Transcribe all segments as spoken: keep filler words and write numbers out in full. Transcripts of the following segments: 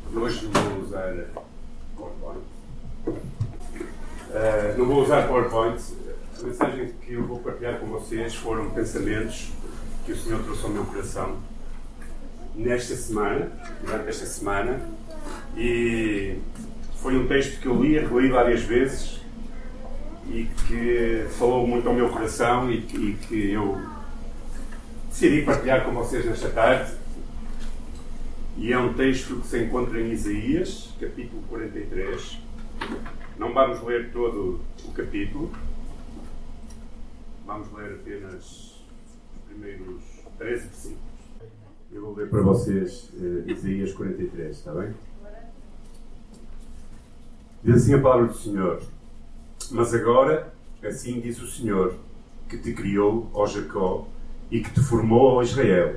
Hoje não vou usar PowerPoint. Uh, não vou usar PowerPoint. A mensagem que eu vou partilhar com vocês foram pensamentos que o Senhor trouxe ao meu coração nesta semana, durante esta semana, e foi um texto que eu li, reli várias vezes e que falou muito ao meu coração e que, e que eu decidi partilhar com vocês nesta tarde. E é um texto que se encontra em Isaías, capítulo quarenta e três. Não vamos ler todo o capítulo. Vamos ler apenas os primeiros treze versículos. Eu vou ler para vocês uh, Isaías quarenta e três, está bem? Diz assim a palavra do Senhor: Mas agora, assim diz o Senhor, que te criou, ó Jacó, e que te formou, ó Israel: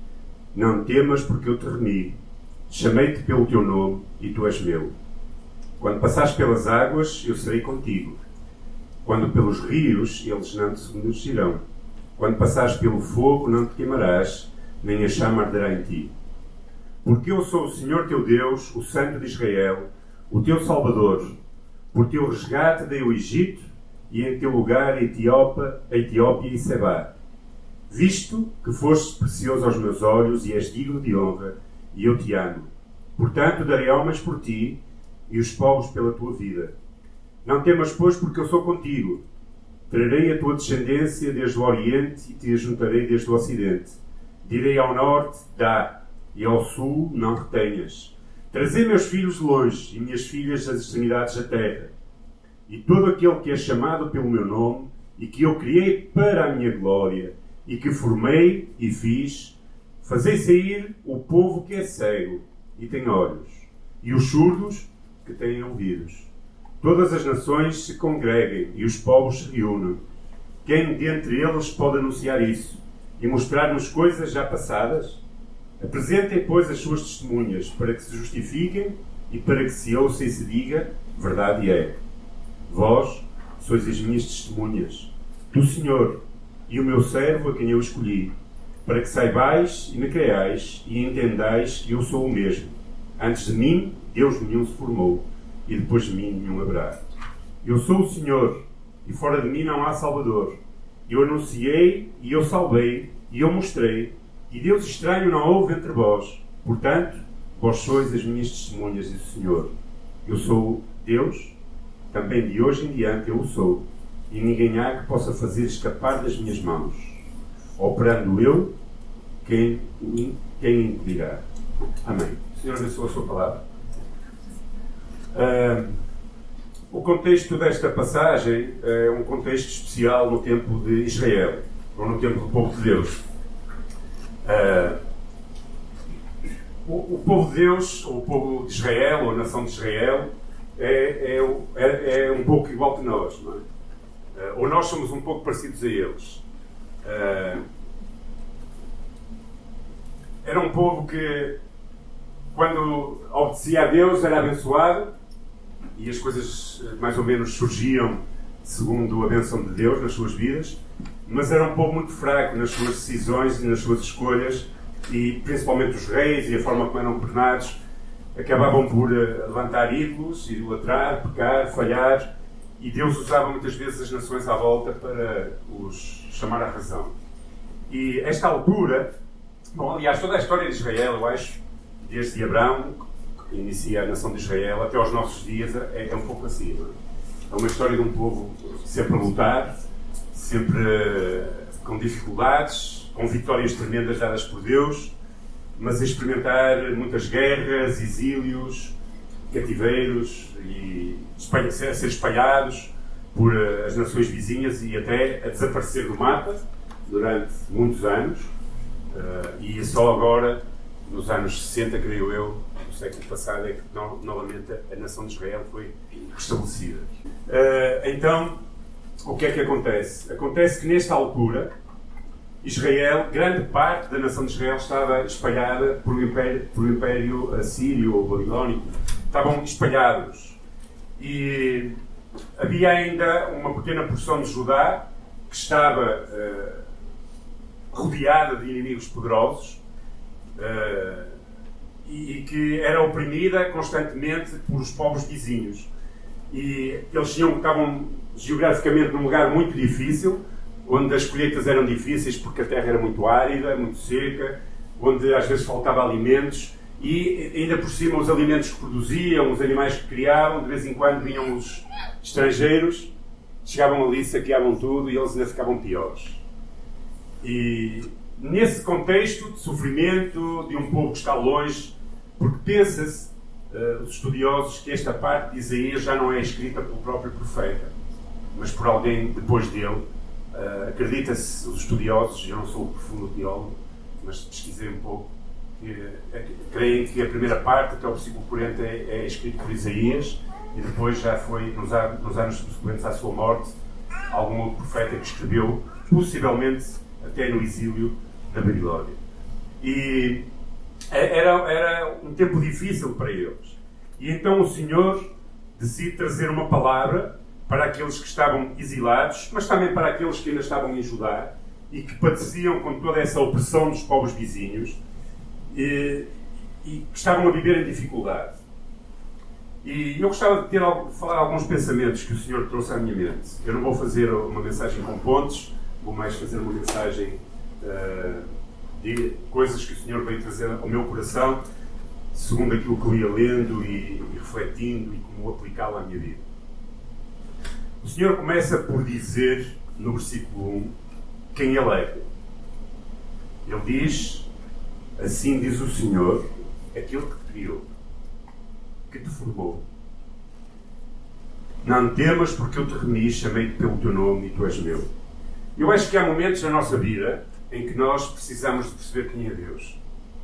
Não temas, porque eu te remi. Chamei-te pelo teu nome, e tu és meu. Quando passares pelas águas, eu serei contigo. Quando pelos rios, eles não te submergirão. Quando passares pelo fogo, não te queimarás, nem a chama arderá em ti. Porque eu sou o Senhor teu Deus, o Santo de Israel, o teu Salvador. Por teu resgate dei o Egito, e em teu lugar a Etiópia, a Etiópia e Sebá. Visto que foste precioso aos meus olhos e és digno de honra, e eu te amo. Portanto, darei homens por ti, e os povos pela tua vida. Não temas, pois, porque eu sou contigo. Trarei a tua descendência desde o Oriente e te ajuntarei desde o Ocidente. Direi ao Norte, dá, e ao Sul, não retenhas. Trazei meus filhos de longe e minhas filhas das extremidades da terra. E todo aquele que é chamado pelo meu nome e que eu criei para a minha glória e que formei e fiz, fazei sair o povo que é cego e tem olhos, e os surdos que têm ouvidos. Todas as nações se congreguem e os povos se reúnam. Quem dentre eles pode anunciar isso e mostrar-nos coisas já passadas? Apresentem, pois, as suas testemunhas, para que se justifiquem e para que se ouça e se diga: verdade é. Vós sois as minhas testemunhas, do Senhor, e o meu servo a quem eu escolhi, para que saibais e me creiais e entendais que eu sou o mesmo. Antes de mim, Deus nenhum se formou, e depois de mim nenhum haverá. Eu sou o Senhor, e fora de mim não há Salvador. Eu anunciei, e eu salvei, e eu mostrei, e Deus estranho não houve entre vós. Portanto, vós sois as minhas testemunhas, diz o Senhor. Eu sou Deus, também de hoje em diante eu o sou, e ninguém há que possa fazer escapar das minhas mãos. Operando eu, quem, quem impedirá? Amém. Senhor, abençoa a sua palavra. Uh, o contexto desta passagem é um contexto especial no tempo de Israel, ou no tempo do povo de Deus. Uh, o, o povo de Deus, ou o povo de Israel, ou a nação de Israel, é, é, é, é um pouco igual que nós, não é? Uh, ou nós somos um pouco parecidos a eles. Uh, era um povo que, quando obedecia a Deus, era abençoado, e as coisas mais ou menos surgiam segundo a bênção de Deus nas suas vidas, mas era um povo muito fraco nas suas decisões e nas suas escolhas, e principalmente os reis e a forma como eram governados acabavam por levantar ídolos, idolatrar, pecar, falhar, e Deus usava muitas vezes as nações à volta para os chamar à razão. E esta altura, bom, aliás, toda a história de Israel, eu acho, desde Abraão, que inicia a nação de Israel, até aos nossos dias, é, é um pouco assim. Não é? É uma história de um povo sempre a lutar, sempre uh, com dificuldades, com vitórias tremendas dadas por Deus, mas a experimentar muitas guerras, exílios, cativeiros, e a ser espalhados por uh, as nações vizinhas e até a desaparecer do mapa durante muitos anos. Uh, e só agora, nos anos sessenta, creio eu, no século passado, é que no, novamente a nação de Israel foi restabelecida. Uh, então, o que é que acontece? Acontece que nesta altura, Israel, grande parte da nação de Israel estava espalhada por o Império, por o Império Assírio ou Babilónico. Estavam espalhados. E havia ainda uma pequena porção de Judá que estava uh, rodeada de inimigos poderosos. Uh, e, e que era oprimida constantemente por os povos vizinhos. E eles tinham, estavam geograficamente num lugar muito difícil, onde as colheitas eram difíceis porque a terra era muito árida, muito seca, onde às vezes faltava alimentos, e ainda por cima os alimentos que produziam, os animais que criavam, de vez em quando vinham os estrangeiros, chegavam ali, saqueavam tudo e eles ainda ficavam piores. E nesse contexto de sofrimento de um povo que está longe, porque pensa-se, uh, os estudiosos, que esta parte de Isaías já não é escrita pelo próprio profeta, mas por alguém depois dele. Uh, acredita-se, os estudiosos, eu não sou um profundo teólogo, mas pesquisei um pouco, que, é, creem que a primeira parte, até o versículo quarenta, é, é escrito por Isaías, e depois já foi, nos, nos anos subsequentes à sua morte, algum outro profeta que escreveu, possivelmente até no exílio da Babilónia. E era, era um tempo difícil para eles. E então o Senhor decide trazer uma palavra para aqueles que estavam exilados, mas também para aqueles que ainda estavam em Judá e que padeciam com toda essa opressão dos povos vizinhos e, e que estavam a viver em dificuldade. E eu gostava de, ter, de falar alguns pensamentos que o Senhor trouxe à minha mente. Eu não vou fazer uma mensagem com pontos, vou mais fazer uma mensagem uh, de coisas que o Senhor veio trazer ao meu coração, segundo aquilo que eu ia lendo e, e refletindo e como aplicá-lo à minha vida. O Senhor começa por dizer, no versículo um, quem Ele é. Ele diz, assim diz o Senhor, aquele que te criou, que te formou. Não temas, porque eu te remi, chamei-te pelo teu nome e tu és meu. Eu acho que há momentos na nossa vida em que nós precisamos de perceber quem é Deus.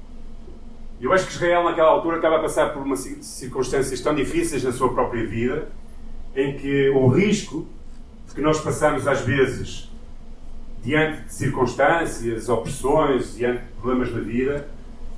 Eu acho que Israel naquela altura estava a passar por umas circunstâncias tão difíceis na sua própria vida, em que o risco de que nós passamos às vezes diante de circunstâncias, opressões, diante de problemas da vida,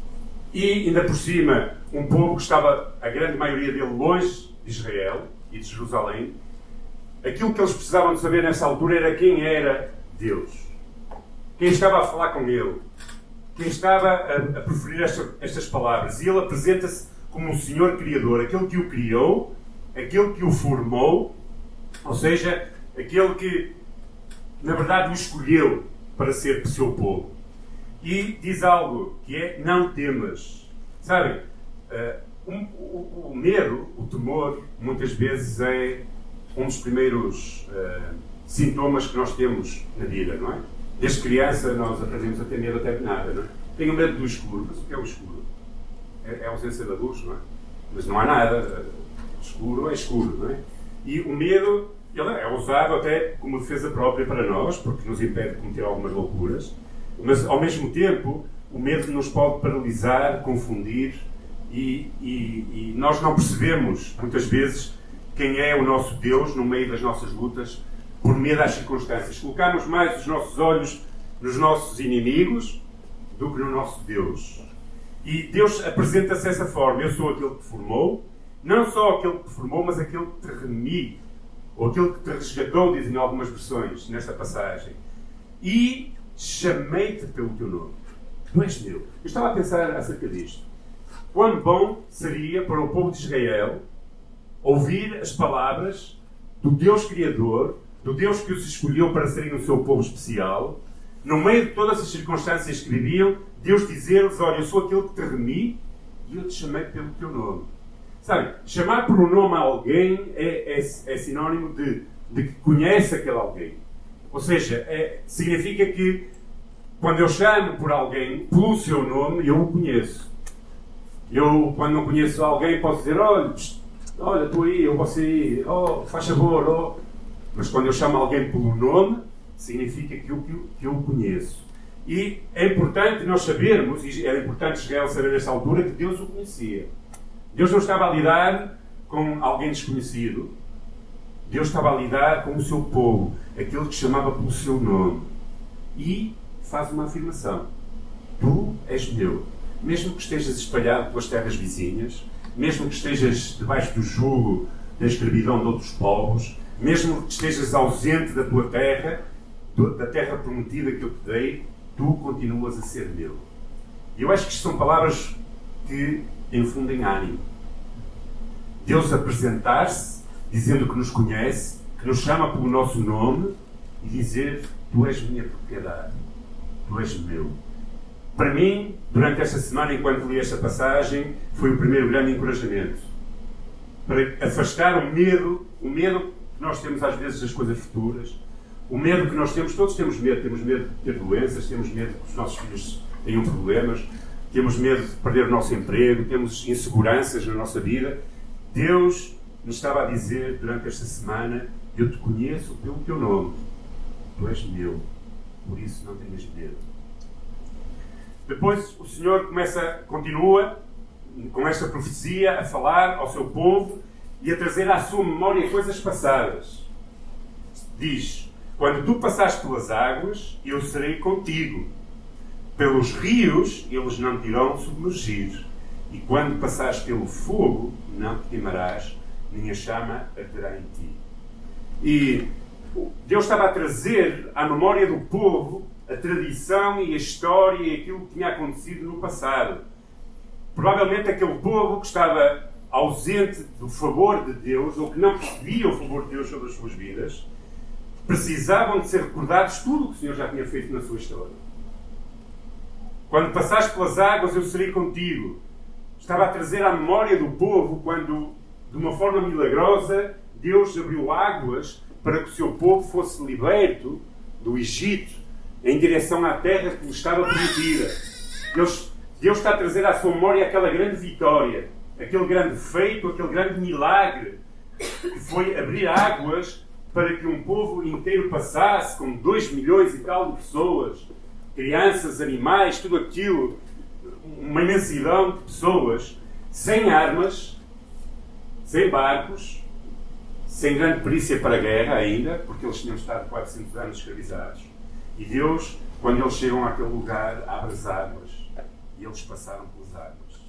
e ainda por cima um povo que estava, a grande maioria dele, longe de Israel e de Jerusalém, aquilo que eles precisavam de saber nessa altura era quem era Deus. Quem estava a falar com ele. Quem estava a, a proferir esta, estas palavras. E ele apresenta-se como um Senhor Criador, aquele que o criou, aquele que o formou, ou seja, aquele que, na verdade, o escolheu para ser seu povo. E diz algo que é, não temas. Sabem, uh, um, o, o medo, o temor, muitas vezes é um dos primeiros uh, sintomas que nós temos na vida, não é? Desde criança nós aprendemos a ter medo até de nada, não é? Tenho medo do escuro, mas o que é o escuro? É, é a ausência da luz, não é? Mas não há nada. Escuro é escuro, não é? E o medo, ele é usado até como defesa própria para nós, porque nos impede de cometer algumas loucuras, mas ao mesmo tempo o medo nos pode paralisar, confundir e, e, e nós não percebemos muitas vezes quem é o nosso Deus no meio das nossas lutas por medo às circunstâncias. Colocamos mais os nossos olhos nos nossos inimigos do que no nosso Deus. E Deus apresenta-se dessa forma. Eu sou aquele que te formou, não só aquele que te formou, mas aquele que te remi, ou aquele que te resgatou, dizem algumas versões nesta passagem. E chamei-te pelo teu nome. Tu és meu. Eu estava a pensar acerca disto. Quão bom seria para o povo de Israel ouvir as palavras do Deus Criador, do Deus que os escolheu para serem o seu povo especial, no meio de todas as circunstâncias que viviam, Deus dizer-lhes, olha, eu sou aquele que te remi e eu te chamei pelo teu nome. Sabe, chamar por um nome a alguém é, é, é sinónimo de, de que conhece aquele alguém. Ou seja, é, significa que quando eu chamo por alguém pelo seu nome, eu o conheço. Eu, quando não conheço alguém, posso dizer, olha, olha, estou aí, eu posso ir, oh, faz favor, oh. Mas quando eu chamo alguém pelo nome, significa que eu, que eu o conheço. E é importante nós sabermos, e era importante Israel saber nessa altura, que Deus o conhecia. Deus não estava a lidar com alguém desconhecido. Deus estava a lidar com o seu povo, aquele que chamava pelo seu nome. E faz uma afirmação. Tu és meu. Mesmo que estejas espalhado pelas terras vizinhas, mesmo que estejas debaixo do jugo da escravidão de outros povos, mesmo que estejas ausente da tua terra, da terra prometida que eu te dei, tu continuas a ser meu. E eu acho que isto são palavras que infundem ânimo. Deus apresentar-se, dizendo que nos conhece, que nos chama pelo nosso nome e dizer: tu és minha propriedade, tu és meu. Para mim, durante esta semana, enquanto li esta passagem, foi o primeiro grande encorajamento. Para afastar o medo, o medo que nós temos às vezes das coisas futuras, o medo que nós temos, todos temos medo, temos medo de ter doenças, temos medo que os nossos filhos tenham problemas, temos medo de perder o nosso emprego, temos inseguranças na nossa vida. Deus nos estava a dizer durante esta semana: eu te conheço pelo teu nome, tu és meu, por isso não tenhas medo. Depois o Senhor começa, continua com esta profecia a falar ao seu povo e a trazer à sua memória coisas passadas. Diz: quando tu passares pelas águas, eu serei contigo. Pelos rios, eles não te irão submergir. E quando passares pelo fogo, não te queimarás, nem a chama arderá em ti. E Deus estava a trazer à memória do povo a tradição e a história e aquilo que tinha acontecido no passado. Provavelmente aquele povo que estava ausente do favor de Deus, ou que não percebia o favor de Deus sobre as suas vidas, precisavam de ser recordados tudo o que o Senhor já tinha feito na sua história. Quando passares pelas águas, eu serei contigo. Estava a trazer à memória do povo quando, de uma forma milagrosa, Deus abriu águas para que o seu povo fosse liberto do Egito em direção à terra que lhe estava prometida. Deus, Deus está a trazer à sua memória aquela grande vitória, aquele grande feito, aquele grande milagre que foi abrir águas para que um povo inteiro passasse, com dois milhões e tal de pessoas, crianças, animais, tudo aquilo, uma imensidão de pessoas, sem armas, sem barcos, sem grande perícia para a guerra ainda, porque eles tinham estado quatrocentos anos escravizados. E Deus, quando eles chegam àquele lugar, abre as águas e eles passaram pelas águas.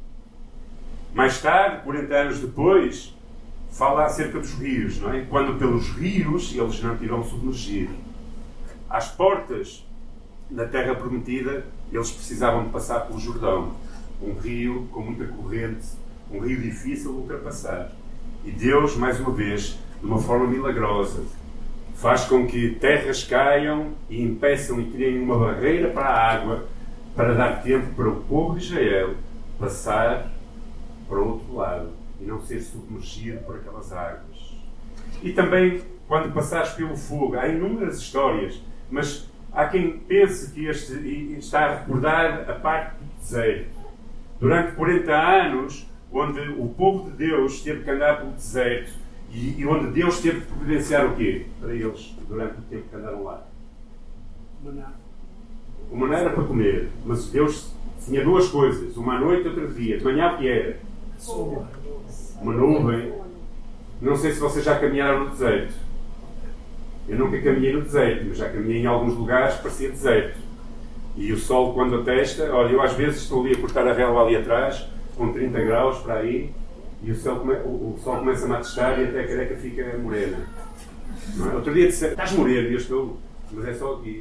Mais tarde, quarenta anos depois, fala acerca dos rios, não é? Quando pelos rios eles não te irão submergir. Às portas da terra prometida, eles precisavam de passar pelo Jordão, um rio com muita corrente, um rio difícil de ultrapassar. E Deus, mais uma vez, de uma forma milagrosa, faz com que terras caiam e impeçam e criem uma barreira para a água, para dar tempo para o povo de Israel passar para o outro lado e não ser submergido por aquelas águas. E também, quando passares pelo fogo, há inúmeras histórias, mas há quem pense que este está a recordar a parte do deserto. Durante quarenta anos, onde o povo de Deus teve que andar pelo deserto e, e onde Deus teve que providenciar o quê? Para eles, durante o tempo que andaram lá. Maná. O maná era para comer, mas Deus tinha duas coisas, uma à noite e outra de dia. De manhã o que era? Uma nuvem. Não sei se vocês já caminharam no deserto. Eu nunca caminhei no deserto, mas já caminhei em alguns lugares que parecia deserto. E o sol, quando atesta, olha, eu às vezes estou ali a cortar a relva ali atrás, com trinta graus para aí, e o sol, come, o, o sol começa-me a testar e até a careca fica morena. Não é? Outro dia disse: estás moreno, e eu estou, mas é só aqui.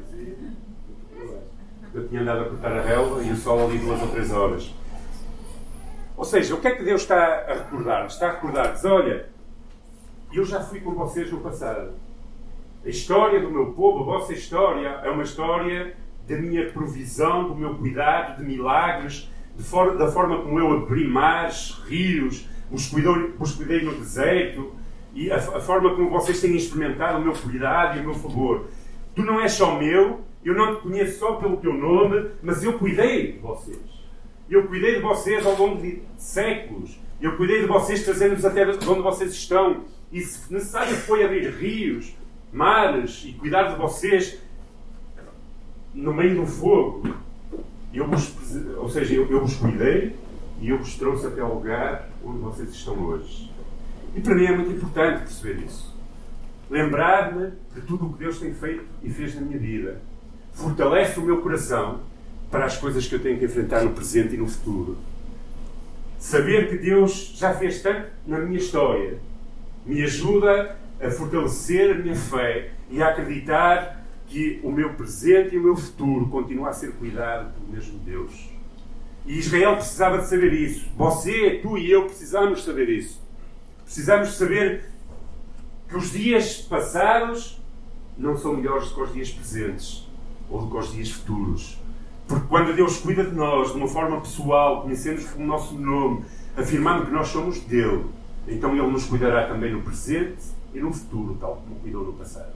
Eu tinha andado a cortar a relva e o sol ali duas ou três horas. Ou seja, o que é que Deus está a recordar-nos? Está a recordar-nos: olha, eu já fui com vocês no passado. A história do meu povo, a vossa história, é uma história da minha provisão, do meu cuidado, de milagres, de for- da forma como eu abri mares, rios, os cuidei, os cuidei no deserto, e a, a forma como vocês têm experimentado o meu cuidado e o meu favor. Tu não és só meu, eu não te conheço só pelo teu nome, mas eu cuidei de vocês. Eu cuidei de vocês ao longo de séculos. Eu cuidei de vocês trazendo-vos até de onde vocês estão. E se necessário foi abrir rios, mares e cuidar de vocês no meio do fogo, eu vos, ou seja, eu, eu vos cuidei e eu vos trouxe até ao lugar onde vocês estão hoje. E para mim é muito importante perceber isso. Lembrar-me de tudo o que Deus tem feito e fez na minha vida. Fortalece o meu coração para as coisas que eu tenho que enfrentar no presente e no futuro. Saber que Deus já fez tanto na minha história me ajuda a fortalecer a minha fé e a acreditar que o meu presente e o meu futuro continuam a ser cuidado pelo mesmo Deus. E Israel precisava de saber isso. Você, tu e eu precisamos saber isso. Precisamos saber que os dias passados não são melhores do que os dias presentes ou do que os dias futuros. Porque quando Deus cuida de nós de uma forma pessoal, conhecendo-nos pelo nosso nome, afirmando que nós somos dele, então Ele nos cuidará também no presente e no futuro, tal como cuidou no passado.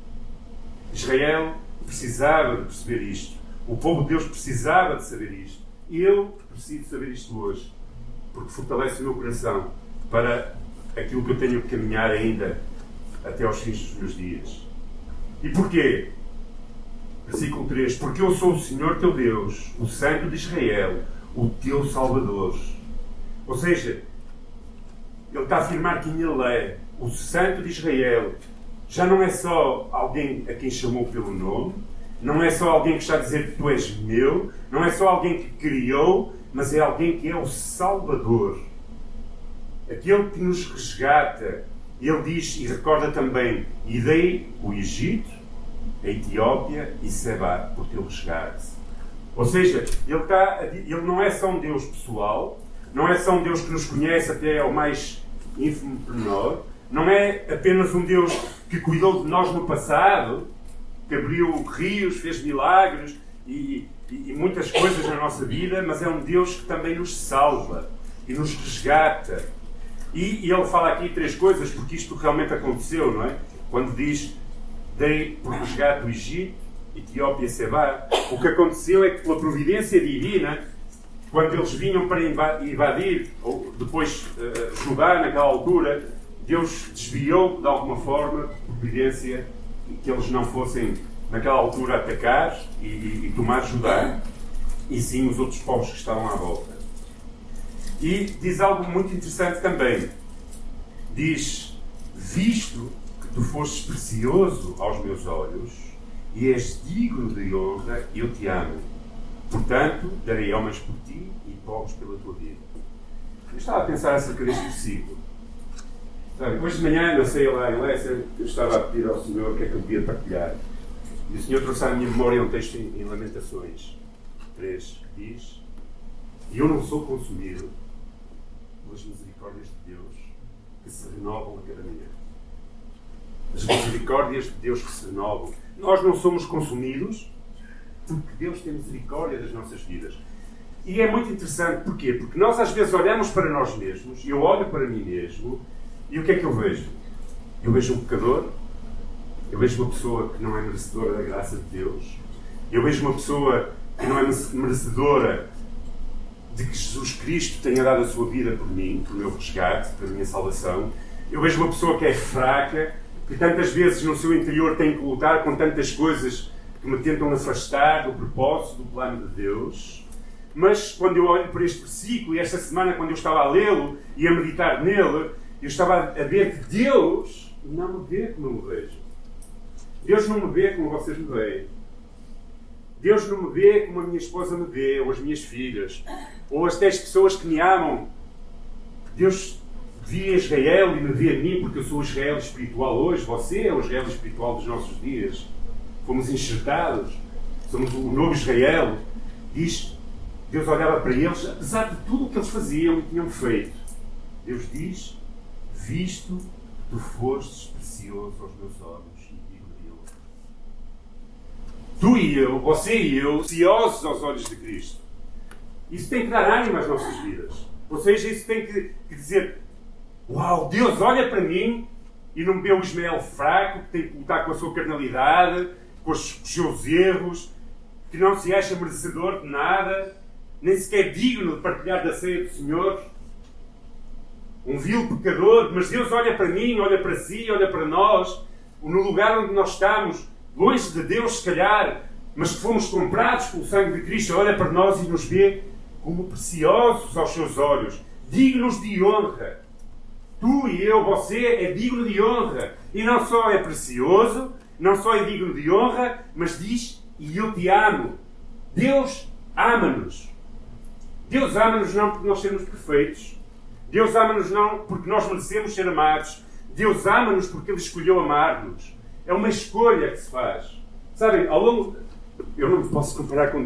Israel precisava de perceber isto. O povo de Deus precisava de saber isto. E eu preciso saber isto hoje, porque fortalece o meu coração para aquilo que eu tenho que caminhar ainda até aos fins dos meus dias. E porquê? Versículo três. Porque eu sou o Senhor teu Deus, o Santo de Israel, o teu Salvador. Ou seja, ele está a afirmar que Ele é o Santo de Israel. Já não é só alguém a quem chamou pelo nome, não é só alguém que está a dizer que tu és meu, não é só alguém que criou, mas é alguém que é o Salvador. Aquele que nos resgata. Ele diz e recorda também: e dei o Egito, a Etiópia e Seba por teu resgate. Ou seja, ele, está, ele não é só um Deus pessoal, não é só um Deus que nos conhece até ao mais ínfimo pormenor, não é apenas um Deus que cuidou de nós no passado, que abriu rios, fez milagres e, e, e muitas coisas na nossa vida, mas é um Deus que também nos salva e nos resgata. E, e ele fala aqui três coisas, porque isto realmente aconteceu, não é? Quando diz: dei por resgate o Egito, Etiópia e Seba. O que aconteceu é que, pela providência divina, quando eles vinham para invadir, ou depois uh, Judá, naquela altura, Deus desviou de alguma forma, providência, que eles não fossem naquela altura atacar e, e, e tomar Judá, e sim os outros povos que estavam à volta. E diz algo muito interessante também. Diz: visto que tu fostes precioso aos meus olhos e és digno de honra, eu te amo. Portanto, darei homens por ti e povos pela tua vida. Eu estava a pensar acerca deste versículo. Sabe, hoje de manhã, não sei lá em Lécia, eu estava a pedir ao Senhor o que é que eu devia partilhar. E o Senhor trouxe à minha memória um texto em, em Lamentações três, que diz: e eu não sou consumido pelas misericórdias de Deus que se renovam a cada manhã. As misericórdias de Deus que se renovam. Nós não somos consumidos porque Deus tem misericórdia das nossas vidas. E é muito interessante, porquê? Porque nós às vezes olhamos para nós mesmos, e eu olho para mim mesmo, e o que é que eu vejo? Eu vejo um pecador, eu vejo uma pessoa que não é merecedora da graça de Deus, eu vejo uma pessoa que não é merecedora de que Jesus Cristo tenha dado a sua vida por mim, por meu resgate, pela minha salvação. Eu vejo uma pessoa que é fraca, que tantas vezes no seu interior tem que lutar com tantas coisas que me tentam afastar do propósito, do plano de Deus. Mas quando eu olho para este versículo, e esta semana quando eu estava a lê-lo e a meditar nele, eu estava a ver que Deus não me vê como eu me vejo. Deus não me vê como vocês me veem. Deus não me vê como a minha esposa me vê, ou as minhas filhas, ou as dez pessoas que me amam. Deus via Israel e me vê a mim, porque eu sou o Israel espiritual hoje. Você é o Israel espiritual dos nossos dias. Fomos enxertados. Somos o novo Israel. Diz, Deus olhava para eles, apesar de tudo o que eles faziam e tinham feito. Deus diz: visto que tu fostes precioso aos meus olhos e digno de honra. Tu e eu, você e eu, preciosos aos olhos de Cristo. Isso tem que dar ânimo às nossas vidas. Ou seja, isso tem que, que dizer: uau, Deus olha para mim e não me vê o Ismael fraco, que tem que lutar com a sua carnalidade, com os, os seus erros, que não se acha merecedor de nada, nem sequer digno de partilhar da ceia do Senhor. Um vil pecador, mas Deus olha para mim, olha para si, olha para nós, no lugar onde nós estamos, longe de Deus, se calhar, mas que fomos comprados pelo sangue de Cristo, olha para nós e nos vê como preciosos aos seus olhos, dignos de honra. Tu e eu, você, é digno de honra. E não só é precioso, não só é digno de honra, mas diz: e eu te amo. Deus ama-nos. Deus ama-nos não porque nós somos perfeitos. Deus ama-nos não porque nós merecemos ser amados. Deus ama-nos porque Ele escolheu amar-nos. É uma escolha que se faz. Sabem, ao longo... Eu não me posso comparar com Deus,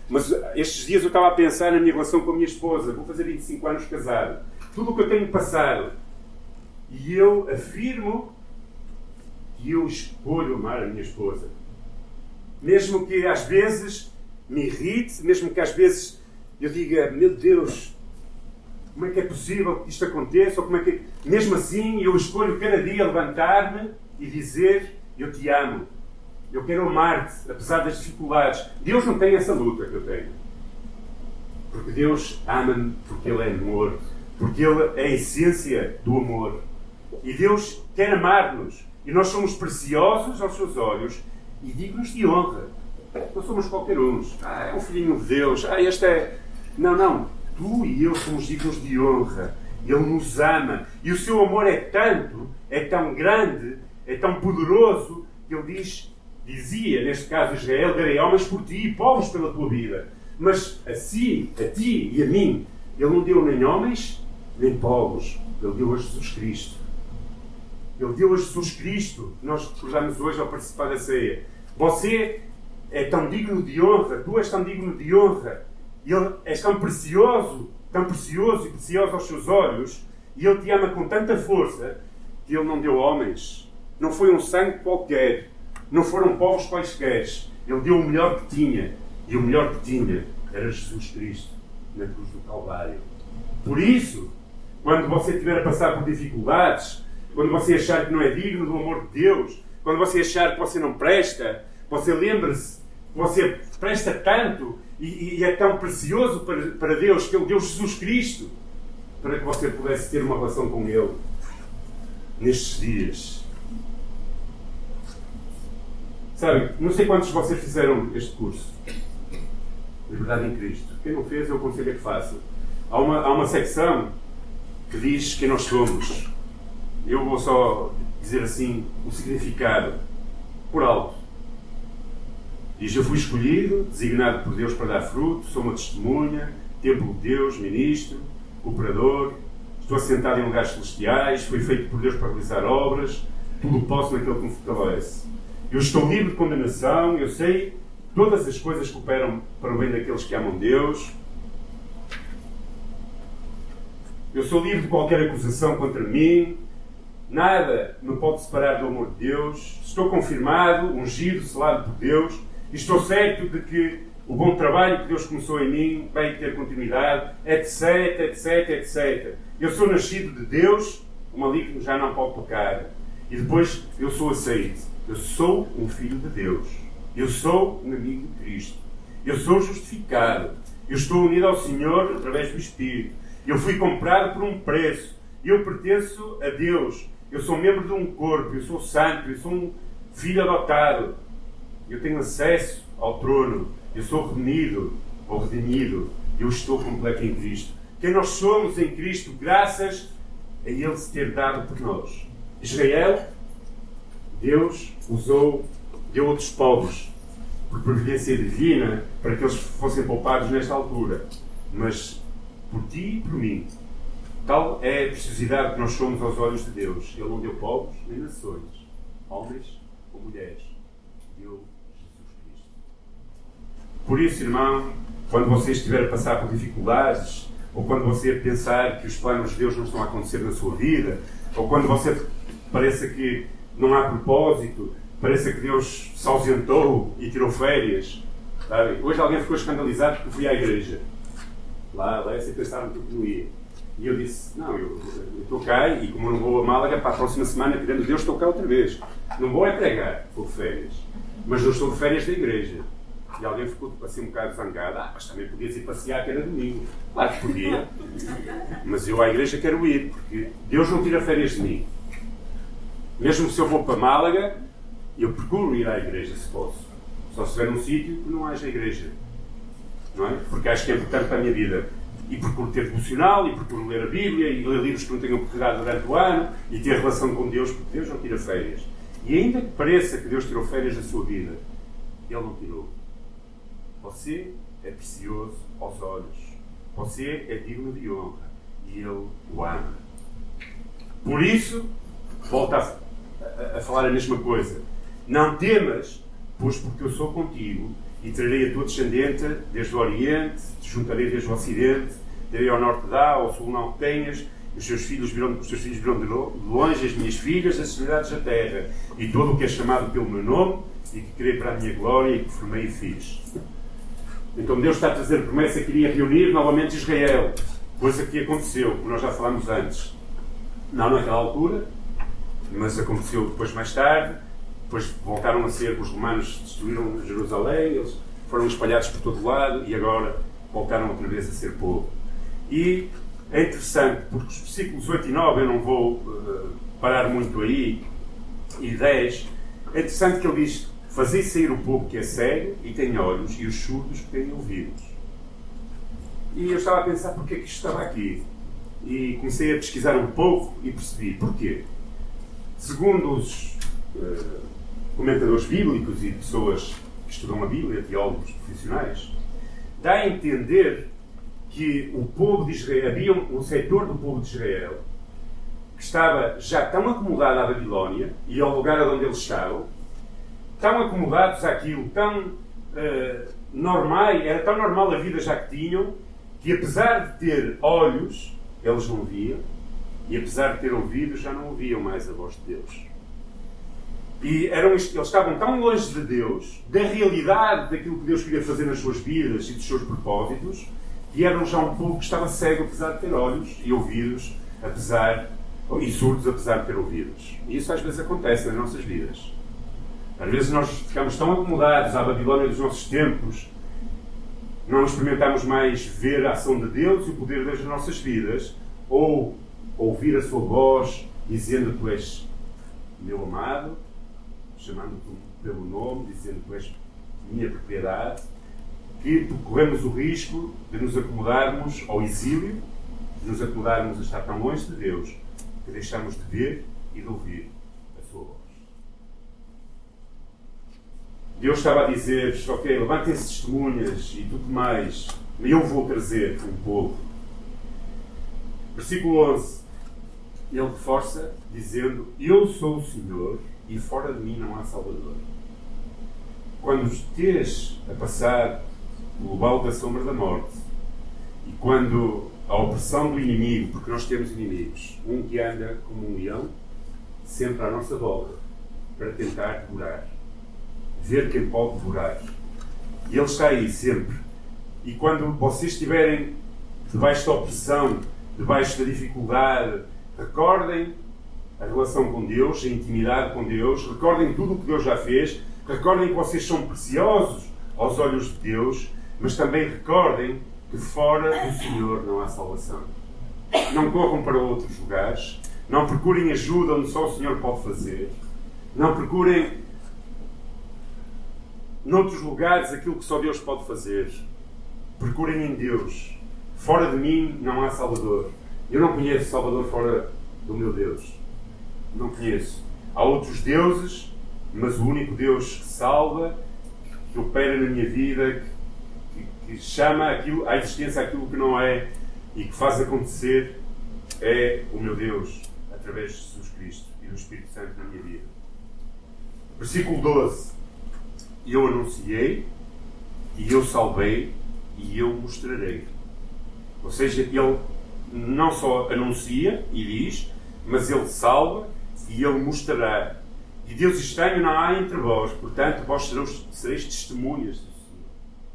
Mas estes dias eu estava a pensar na minha relação com a minha esposa. Vou fazer vinte e cinco anos casado. Tudo o que eu tenho passado. E eu afirmo que eu escolho amar a minha esposa. Mesmo que às vezes me irrite, mesmo que às vezes eu diga, meu Deus, como é que é possível que isto aconteça? Ou como é que... Mesmo assim, eu escolho cada dia levantar-me e dizer, eu te amo. Eu quero amar-te, apesar das dificuldades. Deus não tem essa luta que eu tenho. Porque Deus ama-me porque Ele é amor. Porque Ele é a essência do amor. E Deus quer amar-nos. E nós somos preciosos aos seus olhos e dignos de honra. Não somos qualquer uns. Ah, é um filhinho de Deus. Ah, este é... Não, não. Tu e eu somos dignos de honra. Ele nos ama. E o seu amor é tanto, é tão grande, é tão poderoso, que Ele diz, dizia, neste caso Israel, darei almas por ti e povos pela tua vida. Mas a si, a ti e a mim, Ele não deu nem homens, nem povos. Ele deu a Jesus Cristo. Ele deu a Jesus Cristo, que nós recordamos hoje ao participar da ceia. Você é tão digno de honra, tu és tão digno de honra, e Ele és tão precioso, tão precioso e precioso aos seus olhos, e Ele te ama com tanta força, que Ele não deu homens. Não foi um sangue qualquer, não foram povos quaisquer. Ele deu o melhor que tinha, e o melhor que tinha era Jesus Cristo, na cruz do Calvário. Por isso, quando você estiver a passar por dificuldades, quando você achar que não é digno do amor de Deus, quando você achar que você não presta, você lembre-se que você presta tanto e, e é tão precioso para, para Deus, que Ele deu Jesus Cristo para que você pudesse ter uma relação com Ele nestes dias. Sabe, não sei quantos de vocês fizeram este curso. Liberdade em Cristo. Quem não fez, eu aconselho que faça. Há uma, há uma secção que diz quem nós somos. Eu vou só dizer assim o significado, por alto. Diz, eu fui escolhido, designado por Deus para dar fruto, sou uma testemunha, templo de Deus, ministro, cooperador, estou assentado em lugares celestiais, fui feito por Deus para realizar obras, tudo posso naquele que me fortalece. Eu estou livre de condenação, eu sei que todas as coisas cooperam para o bem daqueles que amam Deus. Eu sou livre de qualquer acusação contra mim. Nada me pode separar do amor de Deus. Estou confirmado, ungido, selado por Deus. E estou certo de que o bom trabalho que Deus começou em mim vai ter continuidade, etc, etc, etcétera. Eu sou nascido de Deus, o maligno já não pode tocar. E depois eu sou aceito. Eu sou um filho de Deus. Eu sou um amigo de Cristo. Eu sou justificado. Eu estou unido ao Senhor através do Espírito. Eu fui comprado por um preço. Eu pertenço a Deus. Eu sou membro de um corpo. Eu sou santo. Eu sou um filho adotado. Eu tenho acesso ao trono. Eu sou redimido ou redimido. Eu estou completo em Cristo. Quem nós somos em Cristo, graças a Ele se ter dado por nós. Israel, Deus usou, deu outros povos por providência divina para que eles fossem poupados nesta altura. Mas por ti e por mim, tal é a preciosidade que nós somos aos olhos de Deus. Ele não deu povos nem nações, homens ou mulheres. Deu Jesus Cristo. Por isso, irmão, quando você estiver a passar por dificuldades, ou quando você pensar que os planos de Deus não estão a acontecer na sua vida, ou quando você pareça que não há propósito, pareça que Deus se ausentou e tirou férias. Sabe? Hoje alguém ficou escandalizado porque fui à igreja. Lá, lá sem pensar no que não ia. E eu disse, não, eu, eu estou cá e como não vou a Málaga, para a próxima semana, querendo Deus, estou cá outra vez. Não vou é pregar, estou de férias. Mas não estou de férias da igreja. E alguém ficou assim um bocado zangado. Ah, mas também podias ir passear que era domingo. Claro que podia. Mas eu à igreja quero ir, porque Deus não tira férias de mim. Mesmo se eu vou para Málaga, eu procuro ir à igreja, se posso. Só se estiver num sítio que não haja igreja. Não é? Porque acho que é importante para a minha vida. E procuro ter devocional, e procuro ler a Bíblia, e ler livros que não tenham oportunidade durante o ano, e ter relação com Deus, porque Deus não tira férias. E ainda que pareça que Deus tirou férias da sua vida, Ele não tirou. Você é precioso aos olhos. Você é digno de honra. E Ele o ama. Por isso, volta a, a, a falar a mesma coisa. Não temas, pois porque eu sou contigo, e trarei a tua descendente desde o Oriente, te juntarei desde o Ocidente, darei ao norte dá, ao sul não tenhas, os seus filhos virão, os seus filhos virão de longe, as minhas filhas, as extremidades da terra, e todo o que é chamado pelo meu nome, e que criei para a minha glória, e que formei e fiz. Então Deus está a trazer a promessa que iria reunir novamente Israel, coisa que aconteceu, como nós já falámos antes. Não naquela altura, mas aconteceu depois mais tarde. Depois voltaram a ser, os romanos destruíram Jerusalém, eles foram espalhados por todo lado e agora voltaram outra vez a ser povo. E é interessante, porque os versículos oito e nove, eu não vou uh, parar muito aí, e dez, é interessante que ele diz: fazei sair o povo que é cego e tem olhos, e os surdos que têm ouvidos. E eu estava a pensar porque é que isto estava aqui. E comecei a pesquisar um pouco e percebi porquê. Segundo os uh, comentadores bíblicos e pessoas que estudam a Bíblia, teólogos profissionais, dá a entender que o povo de Israel, havia um, um setor do povo de Israel que estava já tão acomodado à Babilónia e ao lugar onde eles estavam, tão acomodados àquilo, tão uh, normal, era tão normal a vida já que tinham, que apesar de ter olhos, eles não viam, e apesar de ter ouvidos, já não ouviam mais a voz de Deus. E eram, eles estavam tão longe de Deus, da realidade daquilo que Deus queria fazer nas suas vidas e dos seus propósitos, que eram já um povo que estava cego apesar de ter olhos, e ouvidos apesar, e surdos apesar de ter ouvidos. E isso às vezes acontece nas nossas vidas. Às vezes nós ficamos tão acomodados à Babilónia dos nossos tempos, não experimentamos mais ver a ação de Deus e o poder de Deus nas nossas vidas, ou ouvir a sua voz dizendo: tu és meu amado, chamando-te pelo nome, dizendo: tu és minha propriedade, que corremos o risco de nos acomodarmos ao exílio, de nos acomodarmos a estar tão longe de Deus, que deixamos de ver e de ouvir a sua voz. Deus estava a dizer: ok, levantem-se testemunhas e tudo mais, eu vou trazer um povo. Versículo onze, ele reforça dizendo: eu sou o Senhor e fora de mim não há Salvador. Quando estejas a passar pelo vale da sombra da morte, e quando a opressão do inimigo, porque nós temos inimigos, um que anda como um leão, sempre à nossa volta, para tentar devorar, ver quem pode devorar. E ele está aí sempre. E quando vocês estiverem debaixo da opressão, debaixo da dificuldade, recordem a relação com Deus, a intimidade com Deus, recordem tudo o que Deus já fez, recordem que vocês são preciosos aos olhos de Deus, mas também recordem que fora do Senhor não há salvação. Não corram para outros lugares, não procurem ajuda onde só o Senhor pode fazer, não procurem noutros lugares aquilo que só Deus pode fazer. Procurem em Deus. Fora de mim não há Salvador. Eu não conheço Salvador fora do meu Deus. Não conheço. Há outros deuses, mas o único Deus que salva, que opera na minha vida, que, que chama aquilo, à existência aquilo que não é e que faz acontecer, é o meu Deus, através de Jesus Cristo e do Espírito Santo na minha vida. Versículo doze. Eu anunciei, e eu salvei, e eu mostrarei. Ou seja, ele não só anuncia e diz, mas ele salva e ele mostrará. E Deus estranho não há entre vós, portanto, vós sereis, sereis testemunhas do Senhor.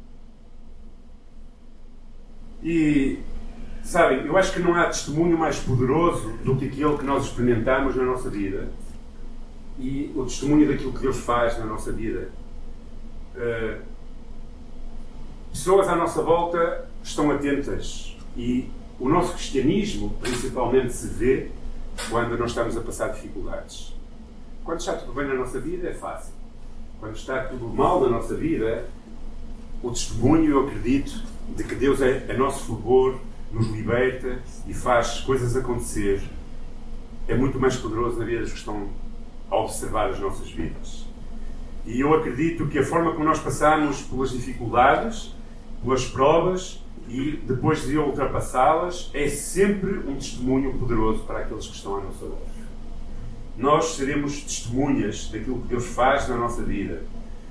E, sabem, eu acho que não há testemunho mais poderoso do que aquele que nós experimentamos na nossa vida. E o testemunho daquilo que Deus faz na nossa vida. Uh, pessoas à nossa volta estão atentas e o nosso cristianismo principalmente se vê quando nós estamos a passar dificuldades. Quando está tudo bem na nossa vida é fácil. Quando está tudo mal na nossa vida, o testemunho, eu acredito, de que Deus é a nosso favor, nos liberta e faz coisas acontecer, é muito mais poderoso na vida dos que estão a observar as nossas vidas. E eu acredito que a forma como nós passamos pelas dificuldades, pelas provas e depois de ultrapassá-las, é sempre um testemunho poderoso para aqueles que estão à nossa volta. Nós seremos testemunhas daquilo que Deus faz na nossa vida.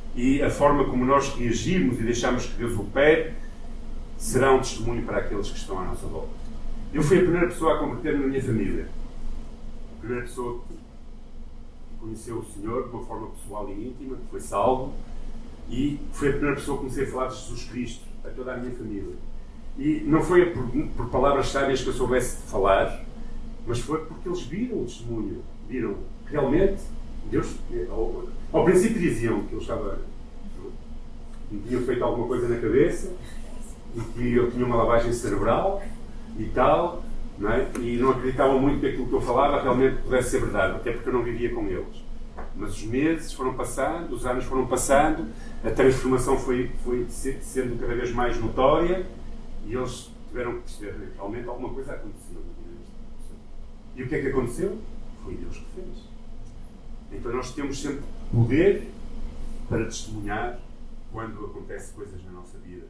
e a forma como nós reagimos e deixamos que Deus opere será um testemunho para aqueles que estão à nossa volta. Eu fui a primeira pessoa a converter-me na minha família. A primeira pessoa que conheceu o Senhor de uma forma pessoal e íntima, que foi salvo, e foi a primeira pessoa que comecei a falar de Jesus Cristo a toda a minha família. E não foi por, por palavras sábias que eu soubesse falar, mas foi porque eles viram o testemunho. Viram realmente Deus. Ao, ao princípio diziam que eu estava. Me tinham feito alguma coisa na cabeça e que eu tinha uma lavagem cerebral e tal, não é? E não acreditavam muito que aquilo que eu falava realmente pudesse ser verdade, até porque eu não vivia com eles. Mas os meses foram passando, os anos foram passando, a transformação foi, foi sendo cada vez mais notória e eles tiveram que perceber que realmente alguma coisa aconteceu. E o que é que aconteceu? Foi Deus que fez. Então nós temos sempre poder para testemunhar quando acontecem coisas na nossa vida.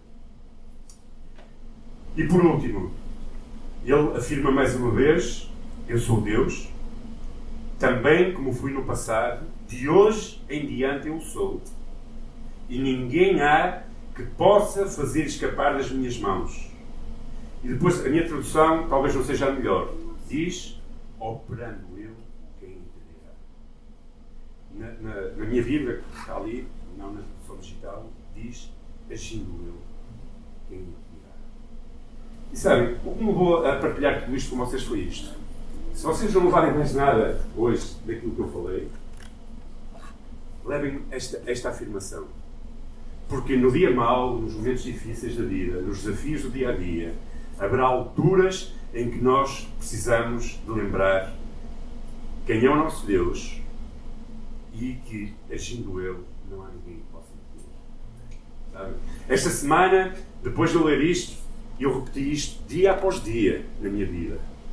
E por último, ele afirma mais uma vez: eu sou Deus, também como fui no passado, de hoje em diante eu sou, e ninguém há que possa fazer escapar das minhas mãos. E depois a minha tradução talvez não seja a melhor. Diz: operando eu, quem impedirá. Na, na, na minha Bíblia, que está ali, não na tradução digital, diz: agindo eu, quem impedirá. E sabem, o que me levou a partilhar tudo isto com vocês foi isto. Se vocês não levarem mais nada hoje daquilo que eu falei, levem esta, esta afirmação. Porque no dia mau, nos momentos difíceis da vida, nos desafios do dia a dia, haverá alturas em que nós precisamos de lembrar quem é o nosso Deus e que, agindo Ele, não há ninguém que possa impedir. Sabe? Esta semana, depois de eu ler isto, eu repeti isto dia após dia na minha vida.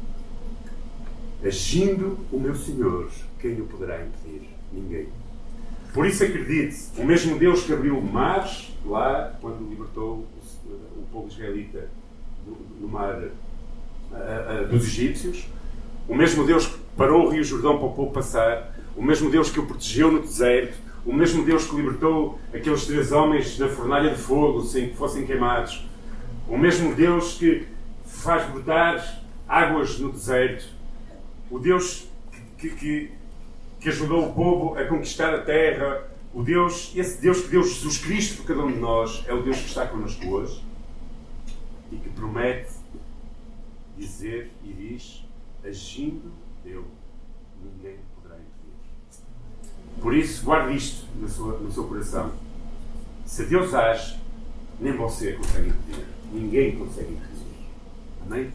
Agindo o meu Senhor, quem o poderá impedir? Ninguém. Por isso acredite, o mesmo Deus que abriu mares lá quando libertou o, o povo israelita no mar a, a, dos egípcios, o mesmo Deus que parou o Rio Jordão para o povo passar, o mesmo Deus que o protegeu no deserto, o mesmo Deus que libertou aqueles três homens na fornalha de fogo sem que fossem queimados, o mesmo Deus que faz brotar águas no deserto, o Deus que, que, que ajudou o povo a conquistar a terra, o Deus, esse Deus que deu Jesus Cristo por cada um de nós, é o Deus que está connosco hoje e que promete dizer e diz: agindo eu, ninguém poderá impedir. Por isso, guarde isto no seu, no seu coração. Se Deus age, nem você consegue impedir. Ninguém consegue impedir. Amém?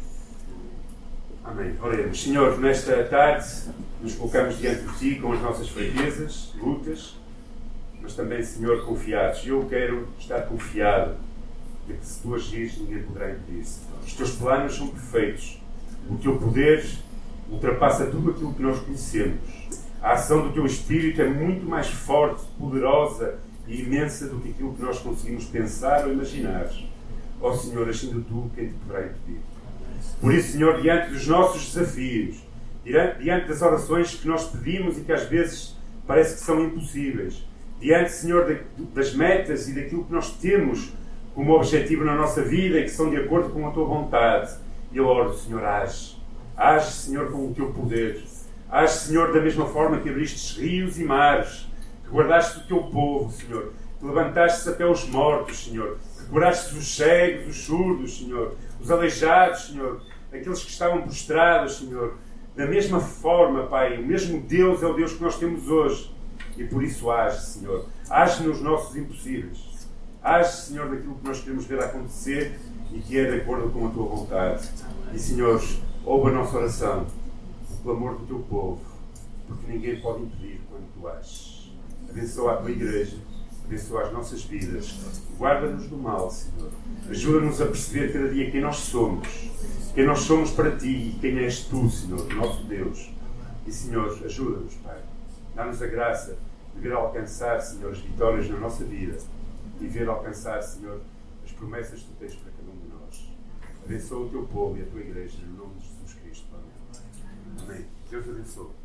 Amém. Oremos. Senhor, nesta tarde nos colocamos diante de Ti com as nossas fraquezas, lutas, mas também, Senhor, confiados. Eu quero estar confiado de que se Tu agires, ninguém poderá impedir-se. Os Teus planos são perfeitos. O Teu poder ultrapassa tudo aquilo que nós conhecemos. A ação do Teu Espírito é muito mais forte, poderosa e imensa do que aquilo que nós conseguimos pensar ou imaginar. Ó Senhor, agindo Tu, quem Te poderá impedir? Por isso, Senhor, diante dos nossos desafios, diante das orações que nós pedimos e que às vezes parece que são impossíveis, diante, Senhor, das metas e daquilo que nós temos como objetivo na nossa vida e que são de acordo com a Tua vontade, eu oro, Senhor, age. Age, Senhor, com o Teu poder. Age, Senhor, da mesma forma que abristes rios e mares, que guardaste o Teu povo, Senhor, que levantastes até os mortos, Senhor, que curastes os cegos, os surdos, Senhor, os aleijados, Senhor, aqueles que estavam prostrados, Senhor. Da mesma forma, Pai, o mesmo Deus é o Deus que nós temos hoje. E por isso age, Senhor. Age nos nossos impossíveis. Age, Senhor, naquilo que nós queremos ver acontecer e que é de acordo com a Tua vontade. E, Senhor, ouve a nossa oração, o clamor do Teu povo, porque ninguém pode impedir quando Tu ages. Abençoa a Tua Igreja, abençoa as nossas vidas, guarda-nos do mal, Senhor. Ajuda-nos a perceber cada dia quem nós somos, quem nós somos para Ti e quem és Tu, Senhor, nosso Deus. E, Senhor, ajuda-nos, Pai. Dá-nos a graça de ver alcançar, Senhor, as vitórias na nossa vida e ver alcançar, Senhor, as promessas que Tu tens para cada um de nós. Abençoa o Teu povo e a Tua Igreja, no nome de Jesus Cristo. Amém. Amém. Deus abençoe.